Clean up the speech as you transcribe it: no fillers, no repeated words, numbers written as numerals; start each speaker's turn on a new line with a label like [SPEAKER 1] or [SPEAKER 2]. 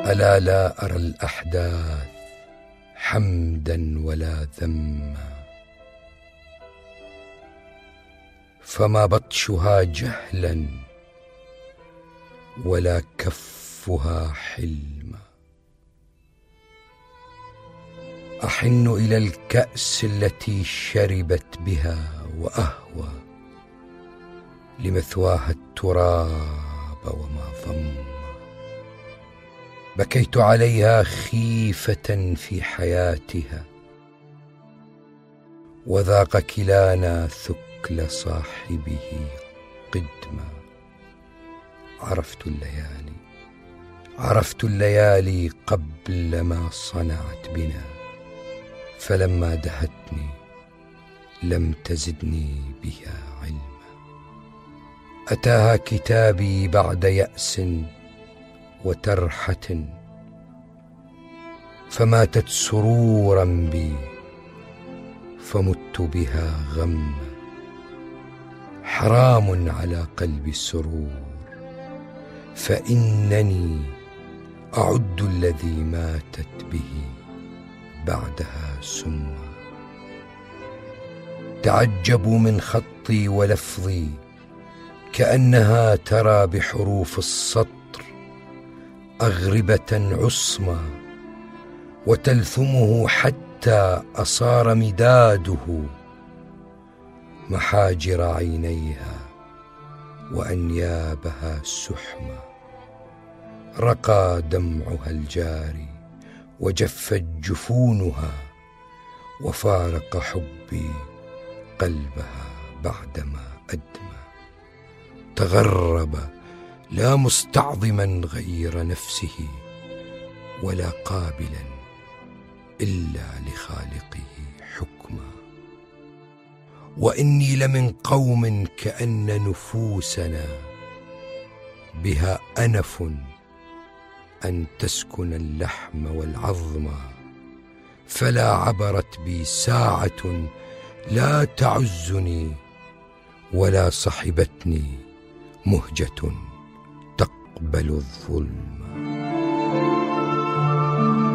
[SPEAKER 1] ألا لا أرى الأحداث حمدا ولا ذما، فما بطشها جهلا ولا كفها حلما. أحن إلى الكأس التي شربت بها، وأهوى لمثواها التراب وما ضم. بكيت عليها خيفة في حياتها، وذاق كلانا ثكل صاحبه قدما. عرفت الليالي قبل ما صنعت بنا، فلما دهتني لم تزدني بها علما. أتاها كتابي بعد يأس وترحة، فماتت سرورا بي فمت بها غما. حرام على قلبي السرور، فإنني أعد الذي ماتت به بعدها سما. تعجبوا من خطي ولفظي، كأنها ترى بحروف السطر أغربة عصمى، وتلثمه حتى أصار مداده محاجر عينيها وأنيابها سحما. رقى دمعها الجاري وجفت جفونها، وفارق حبي قلبها بعدما أدمى. تغرب لا مستعظما غير نفسه، ولا قابلا إلا لخالقه حكما. وإني لمن قوم كأن نفوسنا بها أنف أن تسكن اللحم والعظم، فلا عبرت بي ساعة لا تعزني، ولا صحبتني مهجة تقبل الظلم.